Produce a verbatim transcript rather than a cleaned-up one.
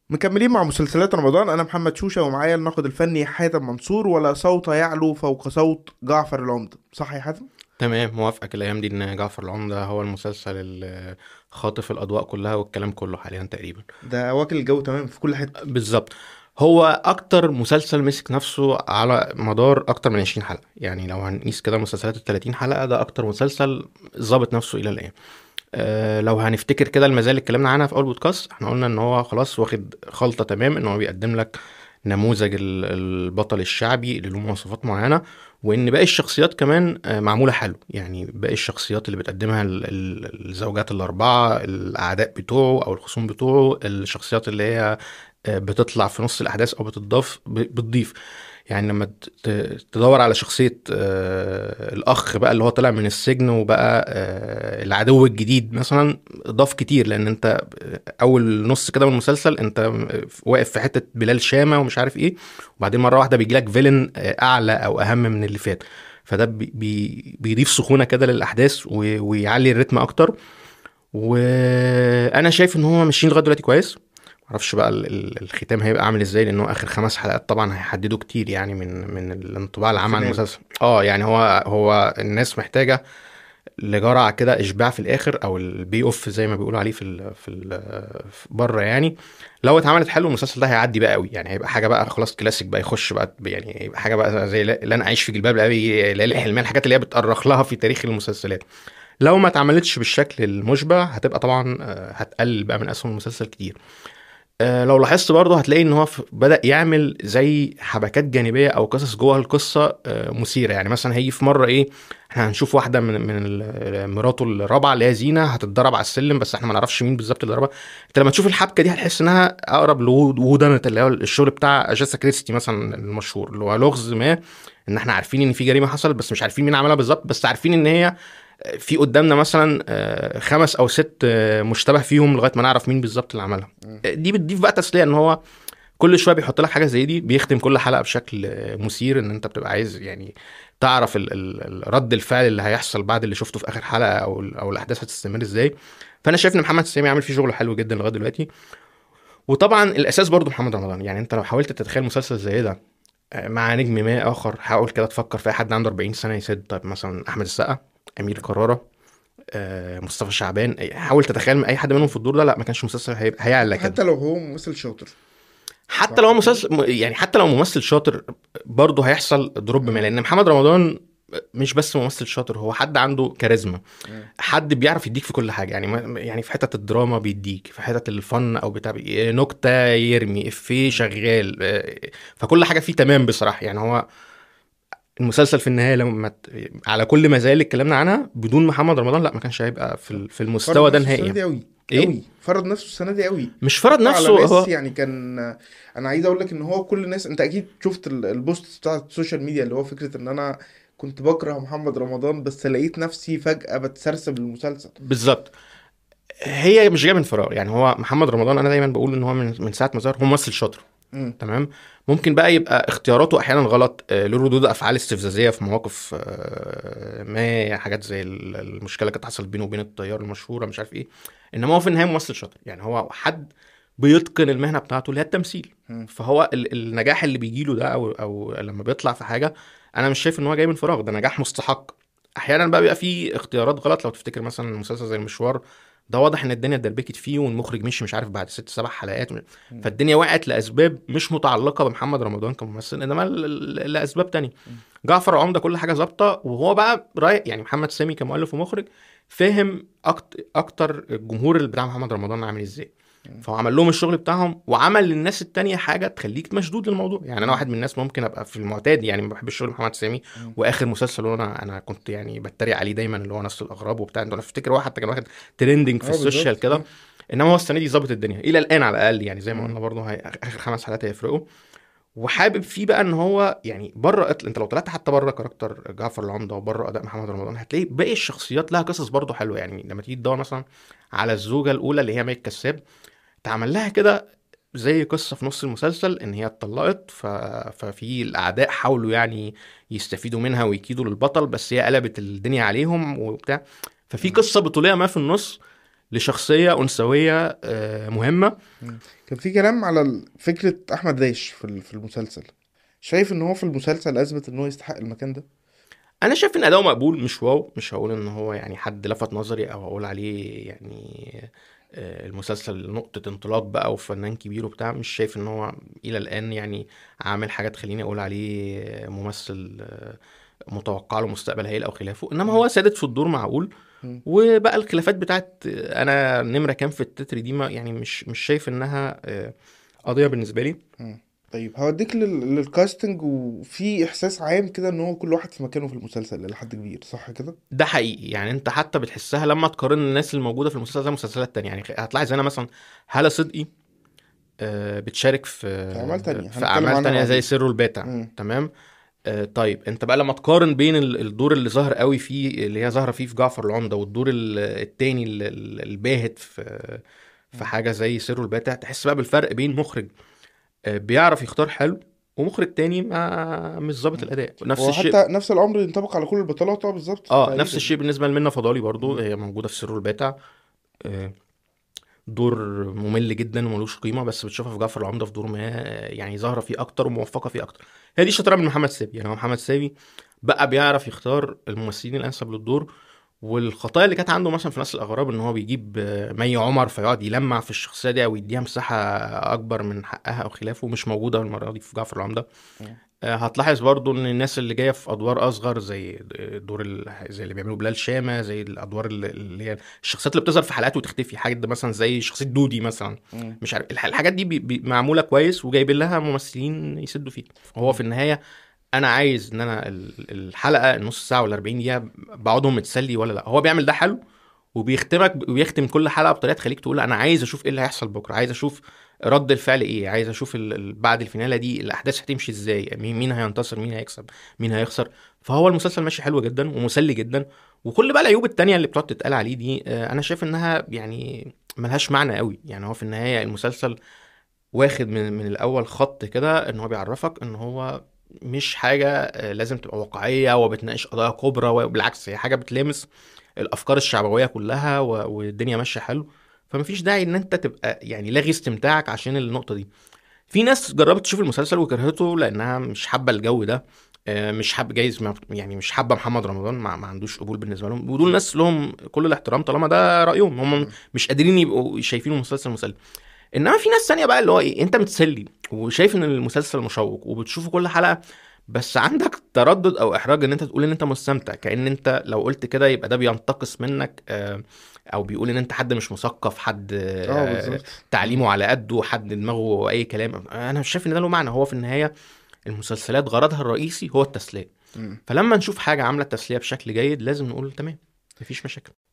مكملين مع مسلسلات رمضان. انا محمد شوشة ومعايا الناقد الفني حاتم منصور. ولا صوت يعلو فوق صوت جعفر العمدة، صح يا حاتم؟ تمام، موافقك الايام دي ان جعفر العمدة هو المسلسل اللي خاطف الاضواء كلها والكلام كله حاليا تقريبا. ده واكل الجو تمام في كل حتة. بالظبط. هو اكتر مسلسل مسك نفسه على مدار اكتر من عشرين حلقة، يعني لو هنقيس كده مسلسلات ال ثلاثين حلقة، ده اكتر مسلسل ظابط نفسه الى الان. أه لو هنفتكر كده المزايا اللي اتكلمنا عنها في اول بودكاست، احنا قلنا ان هو خلاص واخد خلطة تمام، ان هو بيقدم لك نموذج ال- البطل الشعبي اللي له مواصفات معينة، وان باقي الشخصيات كمان آه، معمولة حلو. يعني باقي الشخصيات اللي بتقدمها ال- ال- الزوجات الأربعة، الأعداء بتوعه أو الخصوم بتوعه، الشخصيات اللي هي آه، بتطلع في نص الأحداث أو بتضاف ب- بتضيف. يعني لما ت- ت- تدور على شخصية آه، الأخ بقى اللي هو طلع من السجن وبقى آه، العدو الجديد مثلا، ضاف كتير. لأن أنت أول نص كده من المسلسل أنت واقف في حتة بلال شامة ومش عارف إيه، وبعدين مرة واحدة بيجيلك فيلن آه، أعلى أو أهم من اللي فات. فده بي بي بيضيف سخونة كده للأحداث و- ويعلي الريتم أكتر. وانا شايف ان هو ماشيين لغايه دلوقتي كويس. معرفش بقى ال- ال- الختام هيبقى عامل ازاي، لانه اخر خمس حلقات طبعا هيحددوا كتير يعني من من الانطباع العام عن الفينال. المسلسل. اه يعني هو هو الناس محتاجه لجرعه كده اشباع في الاخر، او البي اوف زي ما بيقولوا عليه في ال في, ال في بره يعني. لو اتعملت حلو المسلسل ده هيعدي بقى قوي، يعني هيبقى حاجه بقى خلاص كلاسيك بقى، يخش بقى يعني هيبقى حاجه بقى زي اللي انا عايش في جلباب ابي، ليالي الحلميه، الحاجات اللي هي بتأرخ لها في تاريخ المسلسلات. لو ما اتعملتش بالشكل المشبع هتبقى طبعا آه، هتقلل بقى من اسهم المسلسل كتير. آه، لو لاحظت برضه هتلاقي ان هو ف- بدأ يعمل زي حبكات جانبية او قصص جوه القصة آه، مثيرة. يعني مثلا هيجي في مرة ايه، احنا هنشوف واحدة من من ال- مراته الرابعة اللي هي زينة هتتضرب على السلم، بس احنا ما نعرفش مين بالظبط اللي ضربها. انت لما تشوف الحبكة دي هتحس انها اقرب لوودنت، اللي هو الشغل بتاع اجاسا كريستي مثلا المشهور، اللي هو لغز ما، ان احنا عارفين ان في جريمة حصلت بس مش عارفين مين عملها بالظبط، بس عارفين ان هي في قدامنا مثلا آه، خمس او ست آه، مشتبه فيهم لغايه ما نعرف مين بالظبط اللي عملها. مم. آه، دي بتضيف بقى تسليه، ان هو كل شويه بيحط لك حاجه زي دي، بيختم كل حلقه بشكل آه، مثير، ان انت بتبقى عايز يعني تعرف ال ال ال- رد الفعل اللي هيحصل بعد اللي شفته في اخر حلقه، او ال- او الاحداث هتستمر ازاي. فانا شايف ان محمد سامي عامل فيه شغل حلو جدا لغايه دلوقتي. وطبعا الاساس برضو محمد رمضان. يعني انت لو حاولت تتخيل مسلسل زي ده آه، مع نجم ما اخر، حاول كده تفكر في أي حد عنده أربعين سنه يسد. طيب مثلا احمد السقا، امير كرارة، آه، مصطفى شعبان، أي- حاول تتخيل اي حد منهم في الدور ده، لا ما كانش مسلسل هيبقى هيعلى حتى كده. حتى لو هو ممثل شاطر. حتى لو هو صح كده. مسلسل م- يعني حتى لو ممثل شاطر برضه هيحصل دروب، ما مم. لان محمد رمضان مش بس ممثل شاطر، هو حد عنده كاريزما، مم. حد بيعرف يديك في كل حاجه. يعني ما- يعني في حته الدراما بيديك، في حته الفن او بتاع بي- نكته يرمي افيه مم. شغال آه، فكل حاجه فيه تمام بصراحه. يعني هو المسلسل في النهايه لما ت- على كل مزايا اللي اتكلمنا عنها، بدون محمد رمضان لا ما كانش هيبقى في صح. ال- في فرض المستوى ده نفسه السنة نهائيا. دي قوي. ايه، قوي فرض نفسه السنة دي قوي. مش فرض حتى على نفسه ناس هو. يعني كان. انا عايز اقول لك ان هو كل الناس، انت اكيد شفت ال- البوست بتاع السوشيال ميديا اللي هو فكرة ان انا كنت بكره محمد رمضان بس لقيت نفسي فجأة بتسرسب للمسلسل. بالظبط. هي مش جايه من فراغ. يعني هو محمد رمضان انا دايما بقول ان هو من من ساعه ما ظهر هو ممثل شاطر. مم. تمام. ممكن بقى يبقى اختياراته احيانا غلط، آه، له ردود افعال استفزازيه في مواقف آه، ما، حاجات زي ال- المشكله اللي كانت حصلت بينه وبين الطيار المشهوره مش عارف ايه. انما هو في النهايه ممثل شاطر، يعني هو حد بيتقن المهنه بتاعته اللي هي التمثيل. مم. فهو ال- النجاح اللي بيجيله ده، او او لما بيطلع في حاجه، انا مش شايف ان هو جاي من فراغ، ده نجاح مستحق. احيانا بقى بيبقى فيه اختيارات غلط. لو تفتكر مثلا مسلسل زي المشوار، ده واضح ان الدنيا اتدربكت فيه، والمخرج مشي مش عارف بعد ست سبع حلقات، مم. فالدنيا وقعت لاسباب مش متعلقه بمحمد رمضان كممثل، انما ل- ل- لاسباب تانية. مم. جعفر عمده كل حاجه ظابطه، وهو بقى رايق. يعني محمد سامي كمؤلف ومخرج فاهم أكتر, اكتر الجمهور اللي بتاع محمد رمضان عامل ازاي، مم. فهو عمل لهم الشغل بتاعهم، وعمل للناس التانية حاجة تخليك مشدود للموضوع. يعني أنا مم. واحد من الناس ممكن أبقى في المعتاد، يعني ما بحبش شغل محمد سامي. مم. وآخر مسلسل اللي أنا أنا كنت يعني بتريق عليه دايما، اللي هو نسل الأغراب وبتاع، أنت أفتكر هو حتى كان واخد ترندنج في اه السوشيال بالظبط كده. اه. انما هو السنه دي ظابط الدنيا الى الان على الاقل، يعني زي ما مم. قلنا برضه هي اخر خمس حلقات هيفرقوا. وحابب فيه بقى ان هو يعني بره أتل... انت لو طلعت حتى بره كاركتر جعفر العمده وبره اداء محمد رمضان، هتلاقي باقي الشخصيات لها قصص برضه حلوه. يعني لما تيجي تدور مثلا على الزوجه الاولى اللي هي مي كساب، اتعمل لها كده زي قصه في نص المسلسل ان هي اتطلقت، ف... ففي الاعداء حاولوا يعني يستفيدوا منها ويكيدوا للبطل، بس هي قلبت الدنيا عليهم وبتاع. ففي مم. قصه بطوليه ما في النص، لشخصيه انثويه آه، مهمه. مم. كان في كلام على ال- فكرة احمد داش في ال- في المسلسل. شايف ان هو في المسلسل اثبت ان هو يستحق المكان ده؟ انا شايف ان اداؤه مقبول، مش واو، مش هقول ان هو يعني حد لفت نظري او هقول عليه يعني آه، المسلسل نقطة انطلاق بقى وفنان كبير وبتاع. مش شايف ان هو الى الان يعني عامل حاجات تخليني اقول عليه ممثل آه، متوقع له مستقبل هايل او خلافه، انما مم. هو سادد في الدور معقول. مم. وبقى الخلافات بتاعت آه، انا نمرة كام في التتر دي، ما يعني مش مش شايف انها آه، قضية بالنسبة لي. مم. طيب هوديك لل... للكاستنج، وفي احساس عام كده ان هو كل واحد في مكانه في المسلسل لحد كبير، صح كده؟ ده حقيقي، يعني انت حتى بتحسها لما تقارن الناس الموجوده في المسلسل زي المسلسلات التانية. يعني هتلاحظ هنا مثلا هالة صدقي آه، بتشارك في في اعمال تانية في هنتكلم اعمال عنها تانية زي بعدين. سر الباتع. مم. تمام. آه، طيب انت بقى لما تقارن بين ال- الدور اللي ظهر قوي فيه، اللي هي ظاهره فيه في جعفر العمدة، والدور ال- التاني ال- ال- الباهت في في مم. حاجه زي سر الباتع، تحس بقى بالفرق بين مخرج آه، بيعرف يختار حلو، ومخرج تاني ما مش ظابط مم. الاداء. نفس هو الشيء. حتى نفس الامر ينطبق على كل البطولات، اه بالظبط اه نفس تقريبا. الشيء بالنسبه لمنى فضالي برضو، مم. هي موجوده في سر الباتع. آه، دور ممل جدا وملوش قيمه، بس بتشوفها في جعفر العمدة في دور ما يعني ظاهره فيه اكتر وموفقه فيه اكتر. هي دي شطاره من محمد سامي. يعني هو محمد سامي بقى بيعرف يختار الممثلين الانسب للدور. والخطايا اللي كانت عنده مثلا في ناس الاغراب، ان هو بيجيب آه، مي عمر فيقعد يلمع في الشخصيه دي او يديها مساحه اكبر من حقها او خلافه، مش موجوده المره دي في جعفر العمدة. مم. آه، هتلاحظ برضو ان الناس اللي جايه في ادوار اصغر، زي دور ال... زي اللي بيعملوا بلال شامه، زي الادوار اللي اللي هي الشخصيات اللي بتظهر في حلقات وتختفي، حاجه مثلا زي شخصيه دودي مثلا. مم. مش عارف الح- الحاجات دي بي... بي... معموله كويس وجايبين لها ممثلين يسدوا فيه. هو في مم. النهايه انا عايز ان انا ال- الحلقه النص ساعه ولا أربعين دقيقه بقعدهم متسلي ولا لا. هو بيعمل ده حلو، وبيختمك وبيختم كل حلقه بطريقه تخليك تقول انا عايز اشوف ايه اللي هيحصل بكره، عايز اشوف رد الفعل ايه، عايز اشوف ال... ال- بعد الفينالة دي الاحداث هتمشي ازاي، مين مين هينتصر، مين هيكسب، مين هيخسر. فهو المسلسل ماشي حلو جدا ومسلي جدا. وكل بقى العيوب التانية اللي بتقعد تتقال عليه دي آه، انا شايف انها يعني ملهاش معنى قوي. يعني هو في النهاية المسلسل واخد من من الاول خط كده ان هو بيعرفك ان هو مش حاجة آه، لازم تبقى واقعية وبتناقش قضايا كبرى، وبالعكس هي حاجة بتلامس الافكار الشعبويه كلها و- والدنيا ماشيه حلو. فمفيش داعي ان انت تبقى يعني لاغي استمتاعك عشان النقطه دي. في ناس جربت تشوف المسلسل وكرهته لانها مش حابه الجو ده، آه، مش حابه جايز ما- يعني مش حابه محمد رمضان، ما, ما عندوش قبول بالنسبه لهم. ودول ناس لهم كل الاحترام طالما ده رايهم هم، مم. مش قادرين يبقوا شايفين المسلسل مسلي. انما في ناس تانية بقى اللي هو ايه، انت متسلي وشايف ان المسلسل مشوق وبتشوفه كل حلقة، بس عندك تردد او احراج ان انت تقول ان انت مستمتع، كأن انت لو قلت كده يبقى ده بينتقص منك آه، او بيقول ان انت حد مش مثقف، حد اه آه، بالظبط. مم. تعليمه على قده، حد دماغه اي كلام. انا مش شايف ان ده له معنى. هو في النهاية المسلسلات غرضها الرئيسي هو التسلية. مم. فلما نشوف حاجة عاملة التسلية بشكل جيد لازم نقول تمام، مفيش مشاكل.